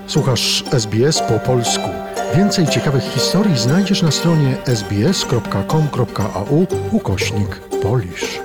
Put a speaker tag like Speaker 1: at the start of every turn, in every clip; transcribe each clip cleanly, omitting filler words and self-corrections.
Speaker 1: Słuchasz SBS po polsku. Więcej ciekawych historii znajdziesz na stronie sbs.com.au/Polish.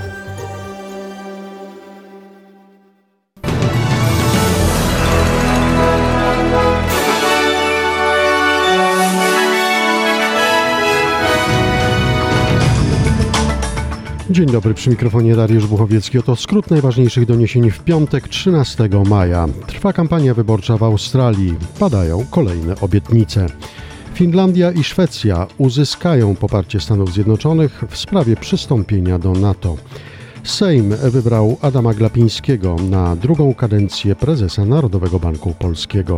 Speaker 1: Dzień dobry, przy mikrofonie Dariusz Buchowiecki. Oto skrót najważniejszych doniesień w piątek 13 maja. Trwa kampania wyborcza w Australii. Padają kolejne obietnice. Finlandia i Szwecja uzyskają poparcie Stanów Zjednoczonych w sprawie przystąpienia do NATO. Sejm wybrał Adama Glapińskiego na drugą kadencję prezesa Narodowego Banku Polskiego.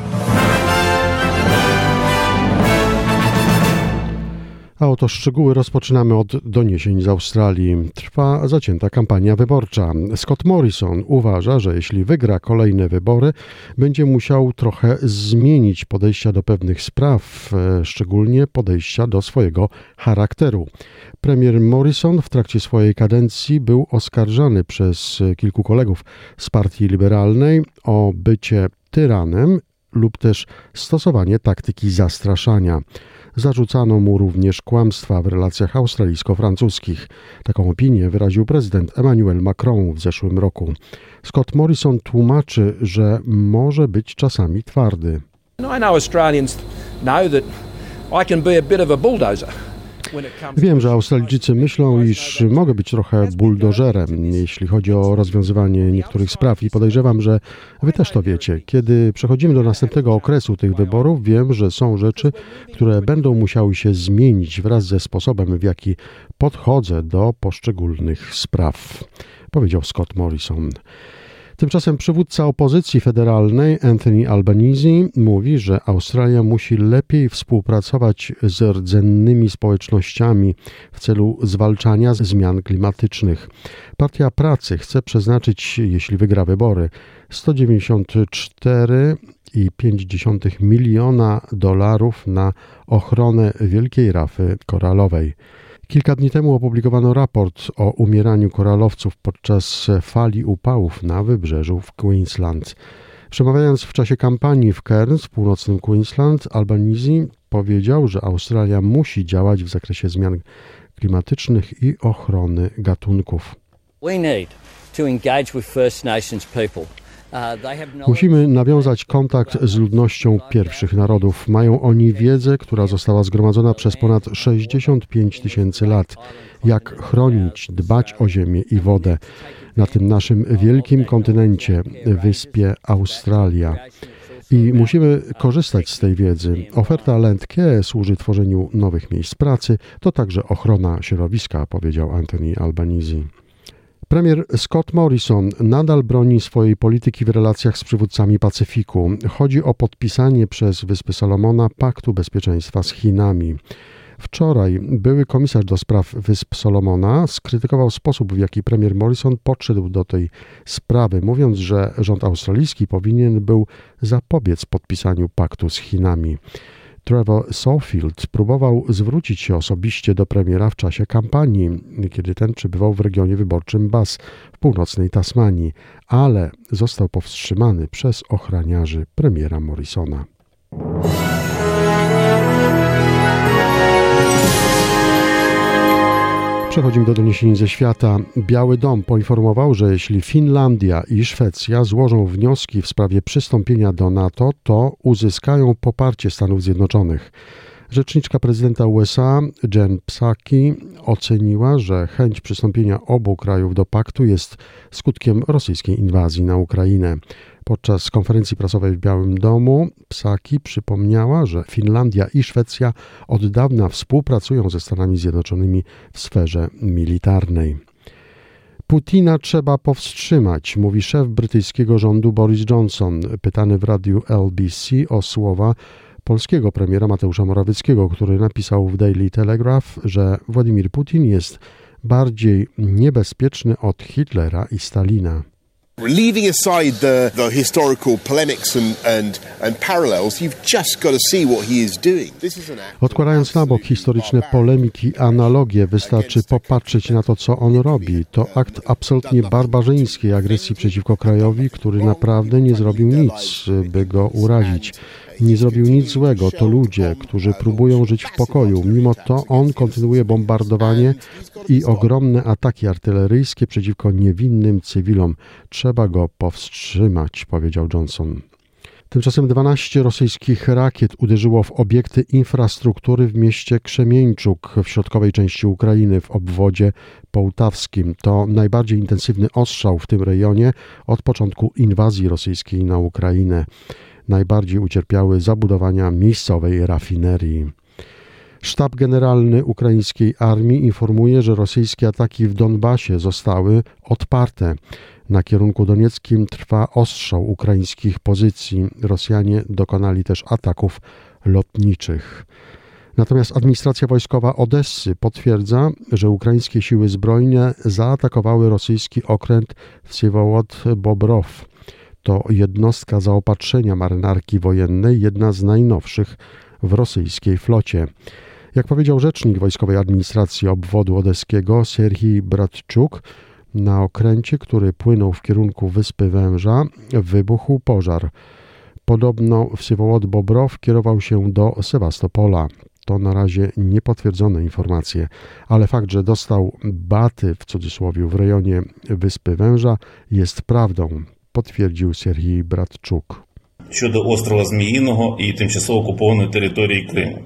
Speaker 1: A oto szczegóły. Rozpoczynamy od doniesień z Australii. Trwa zacięta kampania wyborcza. Scott Morrison uważa, że jeśli wygra kolejne wybory, będzie musiał trochę zmienić podejścia do pewnych spraw, szczególnie podejścia do swojego charakteru. Premier Morrison w trakcie swojej kadencji był oskarżany przez kilku kolegów z Partii Liberalnej o bycie tyranem lub też stosowanie taktyki zastraszania. Zarzucano mu również kłamstwa w relacjach australijsko-francuskich. Taką opinię wyraził prezydent Emmanuel Macron w zeszłym roku. Scott Morrison tłumaczy, że może być czasami twardy.
Speaker 2: I know Australians know that I can be a bit of a bulldozer.
Speaker 1: Wiem, że Australijczycy myślą, iż mogę być trochę buldożerem, jeśli chodzi o rozwiązywanie niektórych spraw i podejrzewam, że wy też to wiecie. Kiedy przechodzimy do następnego okresu tych wyborów, wiem, że są rzeczy, które będą musiały się zmienić wraz ze sposobem, w jaki podchodzę do poszczególnych spraw, powiedział Scott Morrison. Tymczasem przywódca opozycji federalnej Anthony Albanese mówi, że Australia musi lepiej współpracować z rdzennymi społecznościami w celu zwalczania zmian klimatycznych. Partia Pracy chce przeznaczyć, jeśli wygra wybory, $194,5 miliona na ochronę wielkiej rafy koralowej. Kilka dni temu opublikowano raport o umieraniu koralowców podczas fali upałów na wybrzeżu w Queensland. Przemawiając w czasie kampanii w Cairns w północnym Queensland, Albanese powiedział, że Australia musi działać w zakresie zmian klimatycznych i ochrony gatunków.
Speaker 3: We need to engage with First Nations people.
Speaker 1: Musimy nawiązać kontakt z ludnością pierwszych narodów. Mają oni wiedzę, która została zgromadzona przez ponad 65 000 lat. Jak chronić, dbać o ziemię i wodę na tym naszym wielkim kontynencie, wyspie Australia. I musimy korzystać z tej wiedzy. Oferta Land Care służy tworzeniu nowych miejsc pracy, to także ochrona środowiska, powiedział Anthony Albanese. Premier Scott Morrison nadal broni swojej polityki w relacjach z przywódcami Pacyfiku. Chodzi o podpisanie przez Wyspy Solomona Paktu Bezpieczeństwa z Chinami. Wczoraj były komisarz do spraw Wysp Solomona skrytykował sposób, w jaki premier Morrison podszedł do tej sprawy, mówiąc, że rząd australijski powinien był zapobiec podpisaniu paktu z Chinami. Trevor Sautfield próbował zwrócić się osobiście do premiera w czasie kampanii, kiedy ten przybywał w regionie wyborczym Bass w północnej Tasmanii, ale został powstrzymany przez ochraniarzy premiera Morrisona. Przechodzimy do doniesień ze świata. Biały Dom poinformował, że jeśli Finlandia i Szwecja złożą wnioski w sprawie przystąpienia do NATO, to uzyskają poparcie Stanów Zjednoczonych. Rzeczniczka prezydenta USA Jen Psaki oceniła, że chęć przystąpienia obu krajów do paktu jest skutkiem rosyjskiej inwazji na Ukrainę. Podczas konferencji prasowej w Białym Domu Psaki przypomniała, że Finlandia i Szwecja od dawna współpracują ze Stanami Zjednoczonymi w sferze militarnej. Putina trzeba powstrzymać, mówi szef brytyjskiego rządu Boris Johnson, pytany w radiu LBC o słowa polskiego premiera Mateusza Morawieckiego, który napisał w Daily Telegraph, że Władimir Putin jest bardziej niebezpieczny od Hitlera i Stalina.
Speaker 4: Leaving aside the historical polemics and parallels, you've just got to see what he is doing.
Speaker 1: Odkładając na bok historyczne polemiki i analogie, wystarczy popatrzeć na to, co on robi. To akt absolutnie barbarzyńskiej agresji przeciwko krajowi, który naprawdę nie zrobił nic, by go urazić. Nie zrobił nic złego. To ludzie, którzy próbują żyć w pokoju. Mimo to on kontynuuje bombardowanie i ogromne ataki artyleryjskie przeciwko niewinnym cywilom. Trzeba go powstrzymać, powiedział Johnson. Tymczasem 12 rosyjskich rakiet uderzyło w obiekty infrastruktury w mieście Krzemieńczuk w środkowej części Ukrainy w obwodzie połtawskim. To najbardziej intensywny ostrzał w tym rejonie od początku inwazji rosyjskiej na Ukrainę. Najbardziej ucierpiały zabudowania miejscowej rafinerii. Sztab Generalny ukraińskiej armii informuje, że rosyjskie ataki w Donbasie zostały odparte. Na kierunku donieckim trwa ostrzał ukraińskich pozycji. Rosjanie dokonali też ataków lotniczych. Natomiast administracja wojskowa Odessy potwierdza, że ukraińskie siły zbrojne zaatakowały rosyjski okręt Wsiewołod-Bobrow. To jednostka zaopatrzenia marynarki wojennej, jedna z najnowszych w rosyjskiej flocie. Jak powiedział rzecznik wojskowej administracji obwodu odeskiego Serhii Bratczuk, na okręcie, który płynął w kierunku wyspy Węża, wybuchł pożar. Podobno Wsiewołod-Bobrow kierował się do Sewastopola. To na razie niepotwierdzone informacje, ale fakt, że dostał baty w cudzysłowie w rejonie wyspy Węża jest prawdą, potwierdził Serhii Bratczuk.
Speaker 5: Щодо острова Зміїного і тимчасово окупованої території Криму.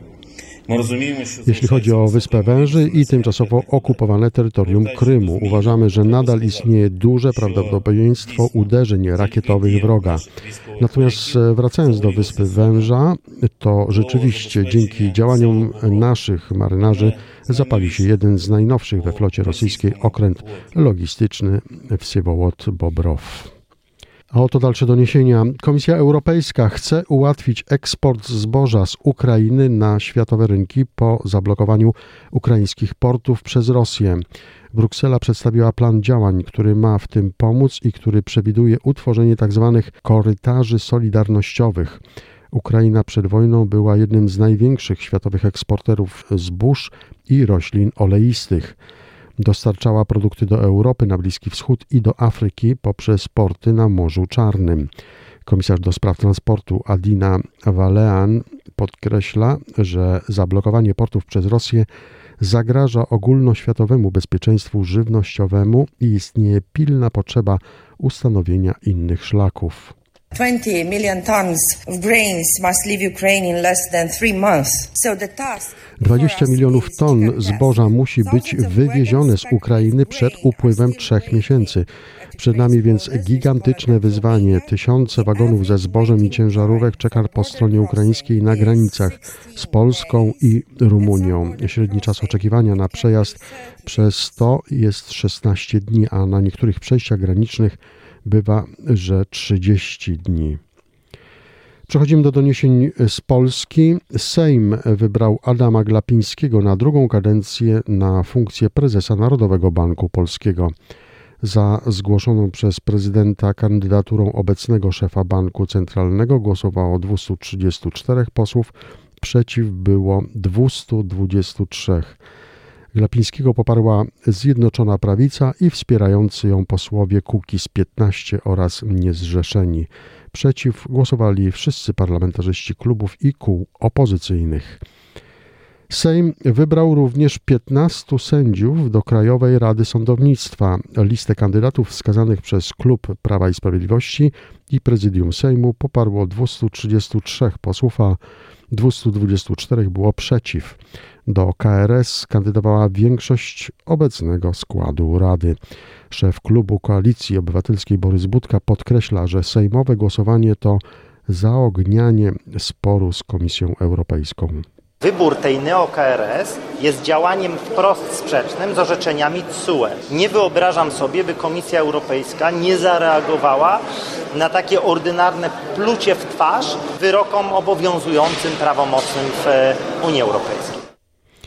Speaker 1: Jeśli chodzi o Wyspę Węży i tymczasowo okupowane terytorium Krymu, uważamy, że nadal istnieje duże prawdopodobieństwo uderzeń rakietowych wroga. Natomiast wracając do Wyspy Węża, to rzeczywiście dzięki działaniom naszych marynarzy zapalił się jeden z najnowszych we flocie rosyjskiej okręt logistyczny Wsiewołod-Bobrow. A oto dalsze doniesienia. Komisja Europejska chce ułatwić eksport zboża z Ukrainy na światowe rynki po zablokowaniu ukraińskich portów przez Rosję. Bruksela przedstawiła plan działań, który ma w tym pomóc i który przewiduje utworzenie tzw. korytarzy solidarnościowych. Ukraina przed wojną była jednym z największych światowych eksporterów zbóż i roślin oleistych. Dostarczała produkty do Europy, na Bliski Wschód i do Afryki poprzez porty na Morzu Czarnym. Komisarz do spraw transportu Adina Valean podkreśla, że zablokowanie portów przez Rosję zagraża ogólnoświatowemu bezpieczeństwu żywnościowemu i istnieje pilna potrzeba ustanowienia innych szlaków.
Speaker 6: 20 million tons of grains must leave Ukraine in less than 3 months.
Speaker 1: 20 milionów ton zboża musi być wywiezione z Ukrainy przed upływem 3 miesięcy. Przed nami więc gigantyczne wyzwanie. Tysiące wagonów ze zbożem i ciężarówek czeka po stronie ukraińskiej na granicach z Polską i Rumunią. Średni czas oczekiwania na przejazd przez to jest 16 dni, a na niektórych przejściach granicznych bywa, że 30 dni. Przechodzimy do doniesień z Polski. Sejm wybrał Adama Glapińskiego na drugą kadencję na funkcję prezesa Narodowego Banku Polskiego. Za zgłoszoną przez prezydenta kandydaturą obecnego szefa Banku Centralnego głosowało 234 posłów, przeciw było 223. Glapińskiego poparła Zjednoczona Prawica i wspierający ją posłowie Kukiz 15 oraz Niezrzeszeni. Przeciw głosowali wszyscy parlamentarzyści klubów i kół opozycyjnych. Sejm wybrał również 15 sędziów do Krajowej Rady Sądownictwa. Listę kandydatów wskazanych przez klub Prawa i Sprawiedliwości i prezydium Sejmu poparło 233 posłów, a 224 było przeciw. Do KRS kandydowała większość obecnego składu Rady. Szef klubu Koalicji Obywatelskiej Borys Budka podkreśla, że sejmowe głosowanie to zaognianie sporu z Komisją Europejską.
Speaker 7: Wybór tej neo-KRS jest działaniem wprost sprzecznym z orzeczeniami TSUE. Nie wyobrażam sobie, by Komisja Europejska nie zareagowała na takie ordynarne plucie w twarz wyrokom obowiązującym prawomocnym w Unii Europejskiej.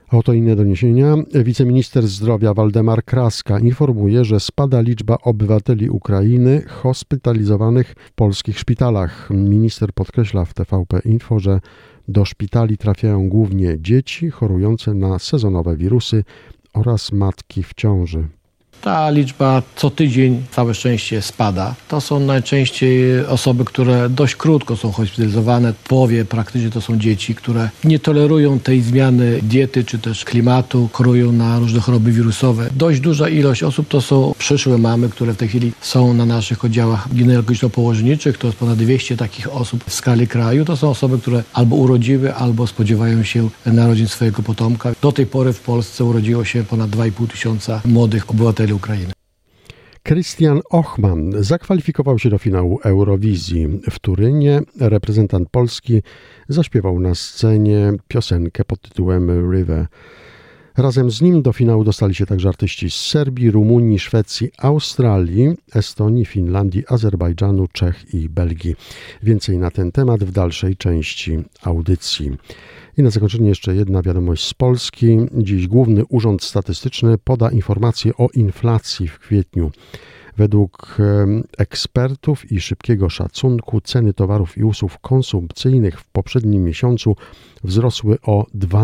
Speaker 1: Oto inne doniesienia. Wiceminister zdrowia Waldemar Kraska informuje, że spada liczba obywateli Ukrainy hospitalizowanych w polskich szpitalach. Minister podkreśla w TVP Info, że do szpitali trafiają głównie dzieci chorujące na sezonowe wirusy oraz matki w ciąży.
Speaker 8: Ta liczba co tydzień, całe szczęście, spada. To są najczęściej osoby, które dość krótko są hospitalizowane. W połowie praktycznie to są dzieci, które nie tolerują tej zmiany diety czy też klimatu, chorują na różne choroby wirusowe. Dość duża ilość osób to są przyszłe mamy, które w tej chwili są na naszych oddziałach ginekologiczno-położniczych. To jest ponad 200 takich osób w skali kraju. To są osoby, które albo urodziły, albo spodziewają się narodzin swojego potomka. Do tej pory w Polsce urodziło się ponad 2,5 tysiąca młodych obywateli Ukrainy.
Speaker 1: Christian Ochman zakwalifikował się do finału Eurowizji. W Turynie reprezentant Polski zaśpiewał na scenie piosenkę pod tytułem River. Razem z nim do finału dostali się także artyści z Serbii, Rumunii, Szwecji, Australii, Estonii, Finlandii, Azerbejdżanu, Czech i Belgii. Więcej na ten temat w dalszej części audycji. I na zakończenie jeszcze jedna wiadomość z Polski. Dziś Główny Urząd Statystyczny poda informacje o inflacji w kwietniu. Według ekspertów i szybkiego szacunku ceny towarów i usług konsumpcyjnych w poprzednim miesiącu wzrosły o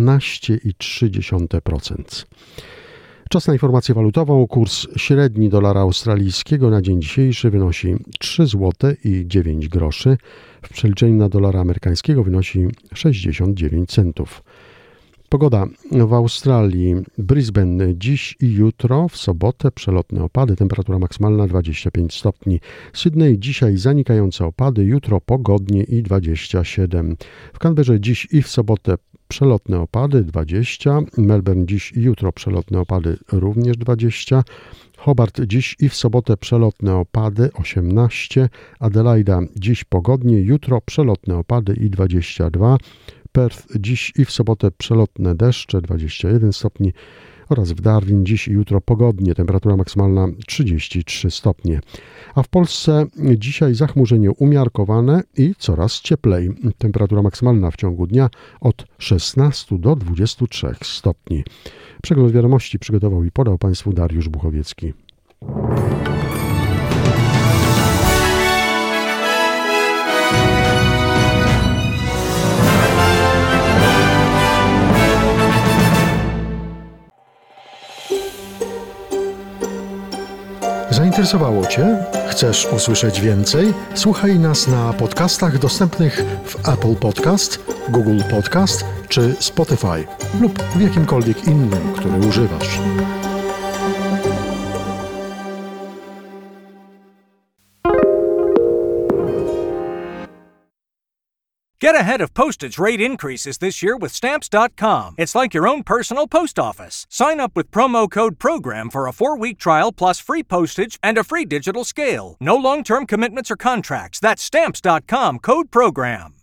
Speaker 1: 12,3%. Czas na informację walutową. Kurs średni dolara australijskiego na dzień dzisiejszy wynosi 3 zł i 9 groszy. W przeliczeniu na dolara amerykańskiego wynosi 69 centów. Pogoda w Australii. Brisbane dziś i jutro, w sobotę przelotne opady, temperatura maksymalna 25 stopni. Sydney dzisiaj zanikające opady, jutro pogodnie i 27. W Canberrze dziś i w sobotę przelotne opady 20. Melbourne dziś i jutro przelotne opady również 20. Hobart dziś i w sobotę przelotne opady 18. Adelaida dziś pogodnie, jutro przelotne opady i 22. Perth dziś i w sobotę przelotne deszcze 21 stopni oraz w Darwin dziś i jutro pogodnie, temperatura maksymalna 33 stopnie. A w Polsce dzisiaj zachmurzenie umiarkowane i coraz cieplej. Temperatura maksymalna w ciągu dnia od 16 do 23 stopni. Przegląd wiadomości przygotował i podał Państwu Dariusz Buchowiecki. Zainteresowało Cię? Chcesz usłyszeć więcej? Słuchaj nas na podcastach dostępnych w Apple Podcast, Google Podcast czy Spotify lub w jakimkolwiek innym, który używasz.
Speaker 9: Get ahead of postage rate increases this year with Stamps.com. It's like your own personal post office. Sign up with promo code PROGRAM for a 4-week trial plus free postage and a free digital scale. No long-term commitments or contracts. That's Stamps.com, code PROGRAM.